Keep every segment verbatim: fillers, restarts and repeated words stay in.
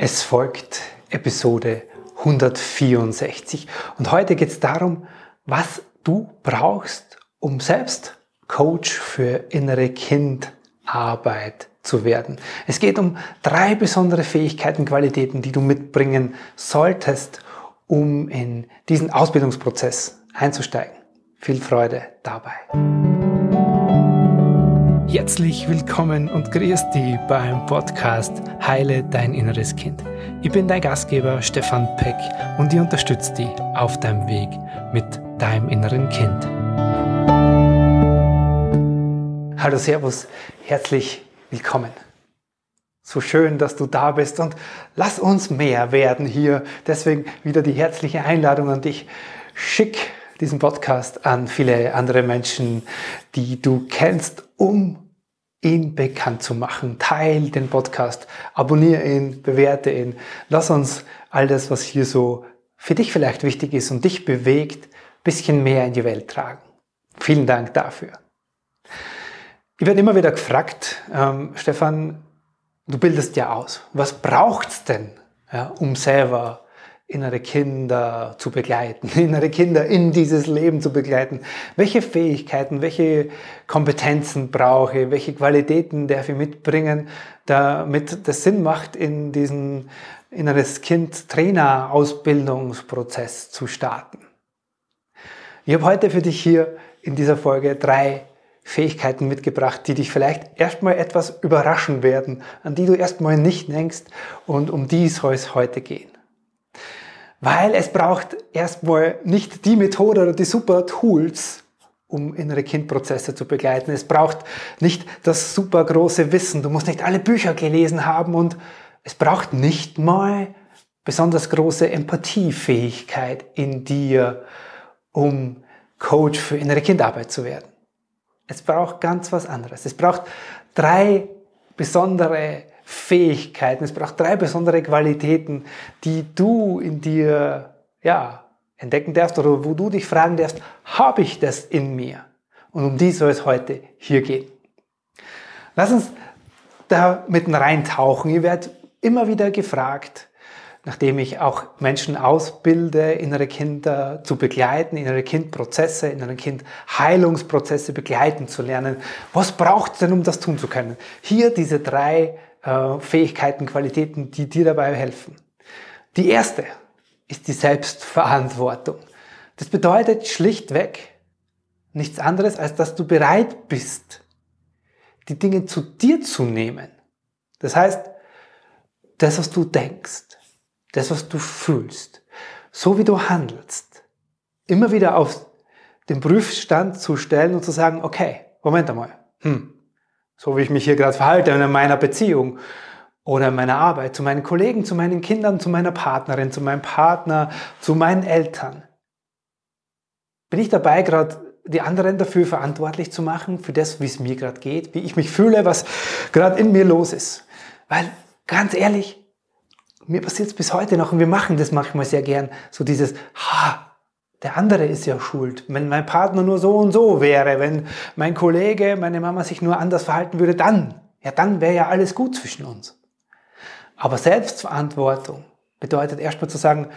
Es folgt Episode hundertvierundsechzig und heute geht es darum, was du brauchst, um selbst Coach für innere Kindarbeit zu werden. Es geht um drei besondere Fähigkeiten, Qualitäten, die du mitbringen solltest, um in diesen Ausbildungsprozess einzusteigen. Viel Freude dabei. Herzlich willkommen und grüß dich beim Podcast Heile dein inneres Kind. Ich bin dein Gastgeber Stefan Peck und ich unterstütze dich auf deinem Weg mit deinem inneren Kind. Hallo, Servus, herzlich willkommen. So schön, dass du da bist und lass uns mehr werden hier. Deswegen wieder die herzliche Einladung an dich. Schick diesen Podcast an viele andere Menschen, die du kennst, um ihn bekannt zu machen. Teil den Podcast, abonniere ihn, bewerte ihn. Lass uns all das, was hier so für dich vielleicht wichtig ist und dich bewegt, ein bisschen mehr in die Welt tragen. Vielen Dank dafür. Ich werde immer wieder gefragt, ähm, Stefan, du bildest ja aus. Was braucht's denn, ja, um selber innere Kinder zu begleiten, innere Kinder in dieses Leben zu begleiten? Welche Fähigkeiten, welche Kompetenzen brauche ich, welche Qualitäten darf ich mitbringen, damit das Sinn macht, in diesen inneres Kind-Trainer-Ausbildungsprozess zu starten? Ich habe heute für dich hier in dieser Folge drei Fähigkeiten mitgebracht, die dich vielleicht erstmal etwas überraschen werden, an die du erstmal nicht denkst, und um die soll es heute gehen. Weil es braucht erstmal nicht die Methode oder die super Tools, um innere Kindprozesse zu begleiten. Es braucht nicht das super große Wissen. Du musst nicht alle Bücher gelesen haben und es braucht nicht mal besonders große Empathiefähigkeit in dir, um Coach für innere Kindarbeit zu werden. Es braucht ganz was anderes. Es braucht drei besondere Fähigkeiten, es braucht drei besondere Qualitäten, die du in dir ja, entdecken darfst oder wo du dich fragen darfst, habe ich das in mir? Und um die soll es heute hier gehen. Lass uns da mitten reintauchen. Ich werde immer wieder gefragt, nachdem ich auch Menschen ausbilde, innere Kinder zu begleiten, innere Kindprozesse, innere Kindheilungsprozesse begleiten zu lernen. Was braucht es denn, um das tun zu können? Hier diese drei äh, Fähigkeiten, Qualitäten, die dir dabei helfen. Die erste ist die Selbstverantwortung. Das bedeutet schlichtweg nichts anderes, als dass du bereit bist, die Dinge zu dir zu nehmen. Das heißt, das, was du denkst, das, was du fühlst, so wie du handelst, immer wieder auf den Prüfstand zu stellen und zu sagen, okay, Moment einmal, hm, so wie ich mich hier gerade verhalte in meiner Beziehung oder in meiner Arbeit, zu meinen Kollegen, zu meinen Kindern, zu meiner Partnerin, zu meinem Partner, zu meinen Eltern, bin ich dabei, gerade die anderen dafür verantwortlich zu machen, für das, wie es mir gerade geht, wie ich mich fühle, was gerade in mir los ist. Weil, ganz ehrlich, mir passiert es bis heute noch und wir machen das manchmal sehr gern, so dieses, ha, der andere ist ja schuld. Wenn mein Partner nur so und so wäre, wenn mein Kollege, meine Mama sich nur anders verhalten würde, dann, ja, dann wäre ja alles gut zwischen uns. Aber Selbstverantwortung bedeutet erstmal zu sagen,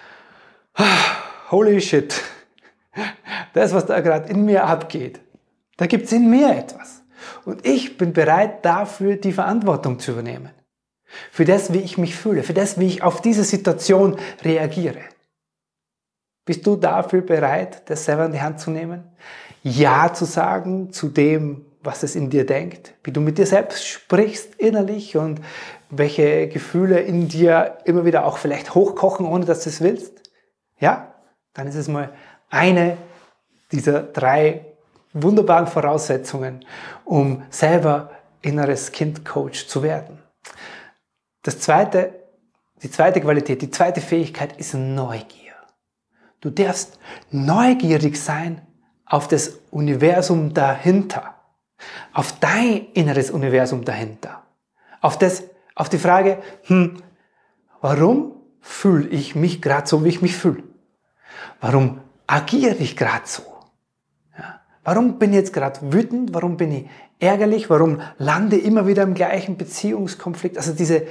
holy shit, das, was da gerade in mir abgeht, da gibt es in mir etwas. Und ich bin bereit dafür, die Verantwortung zu übernehmen. Für das, wie ich mich fühle, für das, wie ich auf diese Situation reagiere. Bist du dafür bereit, das selber in die Hand zu nehmen? Ja zu sagen zu dem, was es in dir denkt, wie du mit dir selbst sprichst innerlich und welche Gefühle in dir immer wieder auch vielleicht hochkochen, ohne dass du es willst? Ja? Dann ist es mal eine dieser drei wunderbaren Voraussetzungen, um selber inneres Kind-Coach zu werden. Das zweite, die zweite Qualität, die zweite Fähigkeit ist Neugier. Du darfst neugierig sein auf das Universum dahinter, auf dein inneres Universum dahinter, auf das, auf die Frage, hm, warum fühle ich mich gerade so, wie ich mich fühle? Warum agiere ich gerade so? Ja, warum bin ich jetzt gerade wütend? Warum bin ich ärgerlich? Warum lande ich immer wieder im gleichen Beziehungskonflikt? Also diese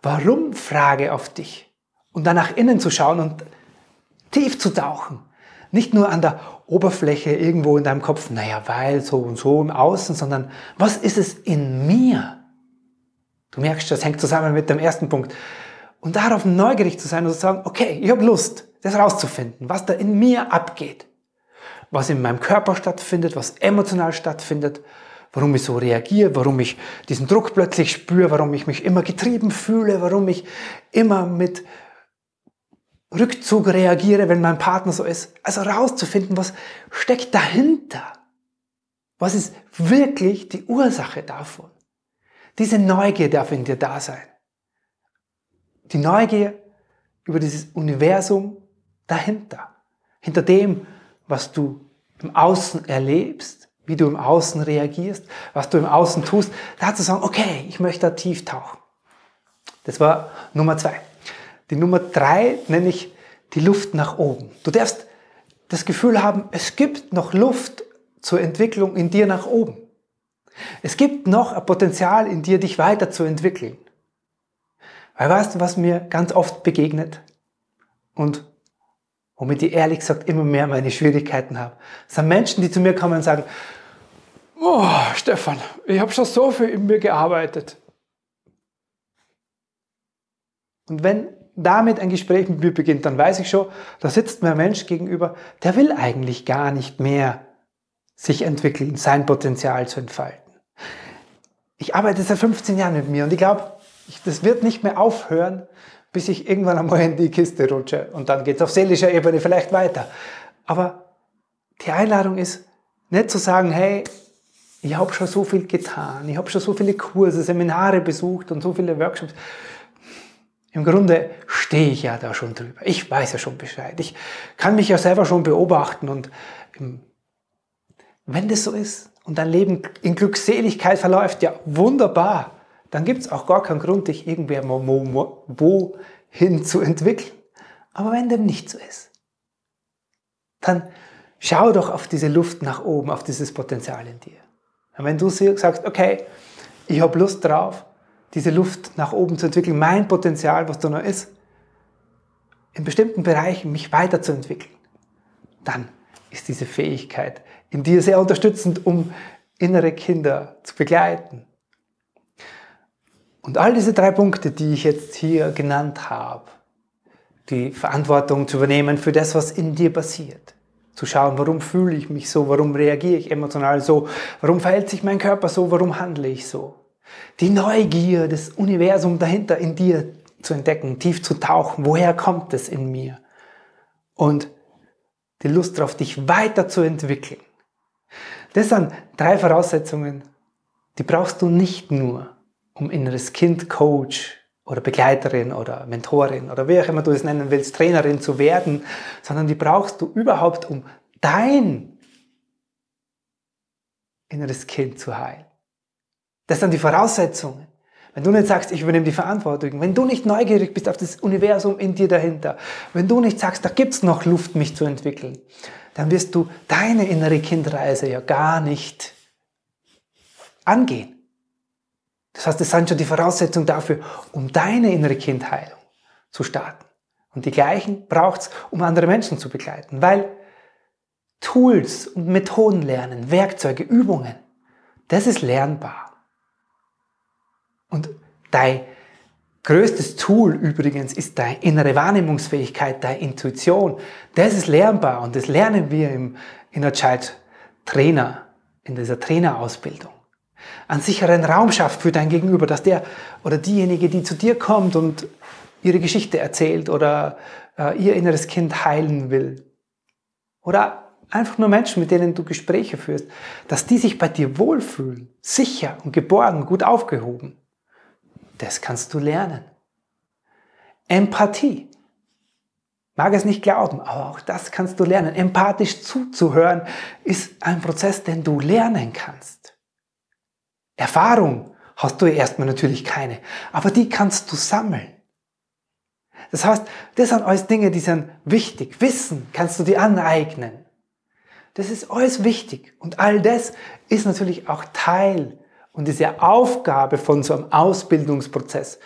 Warum-Frage auf dich und dann nach innen zu schauen und tief zu tauchen. Nicht nur an der Oberfläche irgendwo in deinem Kopf, naja, weil so und so im Außen, sondern was ist es in mir? Du merkst, das hängt zusammen mit dem ersten Punkt. Und darauf neugierig zu sein und zu sagen, okay, ich habe Lust, das rauszufinden, was da in mir abgeht. Was in meinem Körper stattfindet, was emotional stattfindet, warum ich so reagiere, warum ich diesen Druck plötzlich spüre, warum ich mich immer getrieben fühle, warum ich immer mit Rückzug reagiere, wenn mein Partner so ist. Also rauszufinden, was steckt dahinter. Was ist wirklich die Ursache davon? Diese Neugier darf in dir da sein. Die Neugier über dieses Universum dahinter. Hinter dem, was du im Außen erlebst, wie du im Außen reagierst, was du im Außen tust, da zu sagen, okay, ich möchte da tief tauchen. Das war Nummer zwei. Die Nummer drei nenne ich die Luft nach oben. Du darfst das Gefühl haben, es gibt noch Luft zur Entwicklung in dir nach oben. Es gibt noch ein Potenzial in dir, dich weiterzuentwickeln. Weil weißt du, was mir ganz oft begegnet und womit ich ehrlich gesagt immer mehr meine Schwierigkeiten habe? Es sind Menschen, die zu mir kommen und sagen, oh, Stefan, ich habe schon so viel in mir gearbeitet. Und wenn damit ein Gespräch mit mir beginnt, dann weiß ich schon, da sitzt mir ein Mensch gegenüber, der will eigentlich gar nicht mehr sich entwickeln, sein Potenzial zu entfalten. Ich arbeite seit fünfzehn Jahren mit mir und ich glaube, das wird nicht mehr aufhören, bis ich irgendwann einmal in die Kiste rutsche und dann geht es auf seelischer Ebene vielleicht weiter. Aber die Einladung ist, nicht zu sagen, hey, ich habe schon so viel getan, ich habe schon so viele Kurse, Seminare besucht und so viele Workshops. Im Grunde stehe ich ja da schon drüber. Ich weiß ja schon Bescheid. Ich kann mich ja selber schon beobachten und wenn das so ist und dein Leben in Glückseligkeit verläuft, ja wunderbar, dann gibt es auch gar keinen Grund, dich irgendwer wohin zu entwickeln. Aber wenn dem nicht so ist, dann schau doch auf diese Luft nach oben, auf dieses Potenzial in dir. Und wenn du sagst, okay, ich habe Lust drauf, diese Luft nach oben zu entwickeln, mein Potenzial, was da noch ist, in bestimmten Bereichen mich weiterzuentwickeln, dann ist diese Fähigkeit in dir sehr unterstützend, um innere Kinder zu begleiten. Und all diese drei Punkte, die ich jetzt hier genannt habe, die Verantwortung zu übernehmen für das, was in dir passiert, zu schauen, warum fühle ich mich so, warum reagiere ich emotional so, warum verhält sich mein Körper so, warum handle ich so, die Neugier, das Universum dahinter in dir zu entdecken, tief zu tauchen, woher kommt es in mir und die Lust darauf, dich weiterzuentwickeln. Das sind drei Voraussetzungen, die brauchst du nicht nur, um inneres Kind Coach oder Begleiterin oder Mentorin oder wie auch immer du es nennen willst, Trainerin zu werden, sondern die brauchst du überhaupt, um dein inneres Kind zu heilen. Das sind die Voraussetzungen. Wenn du nicht sagst, ich übernehme die Verantwortung, wenn du nicht neugierig bist auf das Universum in dir dahinter, wenn du nicht sagst, da gibt es noch Luft, mich zu entwickeln, dann wirst du deine innere Kindreise ja gar nicht angehen. Das heißt, das sind schon die Voraussetzungen dafür, um deine innere Kindheilung zu starten. Und die gleichen braucht es, um andere Menschen zu begleiten, weil Tools und Methoden lernen, Werkzeuge, Übungen, das ist lernbar. Und dein größtes Tool übrigens ist deine innere Wahrnehmungsfähigkeit, deine Intuition. Das ist lernbar und das lernen wir im Inner Child Trainer, in dieser Trainerausbildung. Einen sicheren Raum schafft für dein Gegenüber, dass der oder diejenige, die zu dir kommt und ihre Geschichte erzählt oder äh, ihr inneres Kind heilen will oder einfach nur Menschen, mit denen du Gespräche führst, dass die sich bei dir wohlfühlen, sicher und geborgen, gut aufgehoben. Das kannst du lernen. Empathie. Mag es nicht glauben, aber auch das kannst du lernen. Empathisch zuzuhören ist ein Prozess, den du lernen kannst. Erfahrung hast du erstmal natürlich keine, aber die kannst du sammeln. Das heißt, das sind alles Dinge, die sind wichtig. Wissen kannst du dir aneignen. Das ist alles wichtig. Und all das ist natürlich auch Teil und ist ja Aufgabe von so einem Ausbildungsprozess,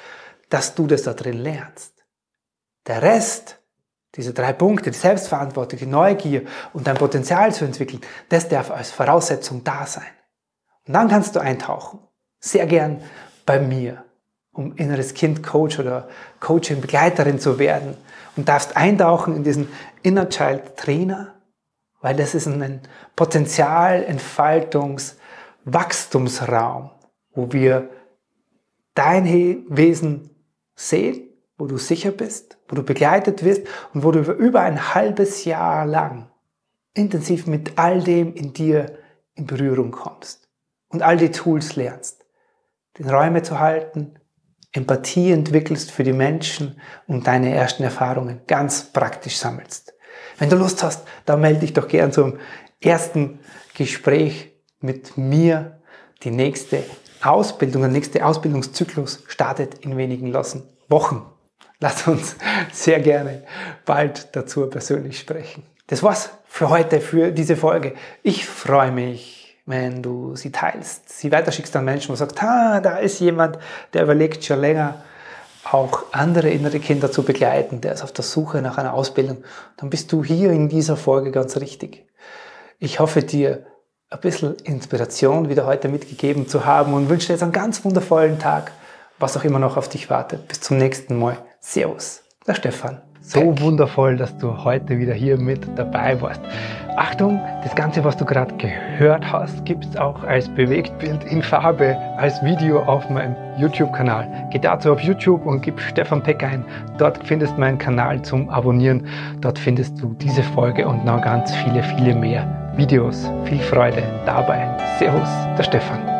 dass du das da drin lernst. Der Rest, diese drei Punkte, die Selbstverantwortung, die Neugier und dein Potenzial zu entwickeln, das darf als Voraussetzung da sein. Und dann kannst du eintauchen. Sehr gern bei mir, um inneres Kind Coach oder Coaching Begleiterin zu werden, und darfst eintauchen in diesen Inner Child Trainer, weil das ist ein Potenzialentfaltungs- Wachstumsraum, wo wir dein Wesen sehen, wo du sicher bist, wo du begleitet wirst und wo du über ein halbes Jahr lang intensiv mit all dem in dir in Berührung kommst und all die Tools lernst, den Räume zu halten, Empathie entwickelst für die Menschen und deine ersten Erfahrungen ganz praktisch sammelst. Wenn du Lust hast, dann melde dich doch gern zum ersten Gespräch mit mir. Die nächste Ausbildung, der nächste Ausbildungszyklus startet in wenigen Wochen. Lass uns sehr gerne bald dazu persönlich sprechen. Das war's für heute, für diese Folge. Ich freue mich, wenn du sie teilst, sie weiterschickst an Menschen und sagst, ah, da ist jemand, der überlegt schon länger, auch andere innere Kinder zu begleiten, der ist auf der Suche nach einer Ausbildung. Dann bist du hier in dieser Folge ganz richtig. Ich hoffe, dir ein bisschen Inspiration wieder heute mitgegeben zu haben und wünsche dir jetzt einen ganz wundervollen Tag, was auch immer noch auf dich wartet. Bis zum nächsten Mal. Servus, der Stefan. So Peck. Wundervoll, dass du heute wieder hier mit dabei warst. Achtung, das Ganze, was du gerade gehört hast, gibt es auch als Bewegtbild in Farbe, als Video auf meinem YouTube-Kanal. Geh dazu auf YouTube und gib Stefan Peck ein. Dort findest du meinen Kanal zum Abonnieren. Dort findest du diese Folge und noch ganz viele, viele mehr Videos. Viel Freude dabei. Servus, der Stefan.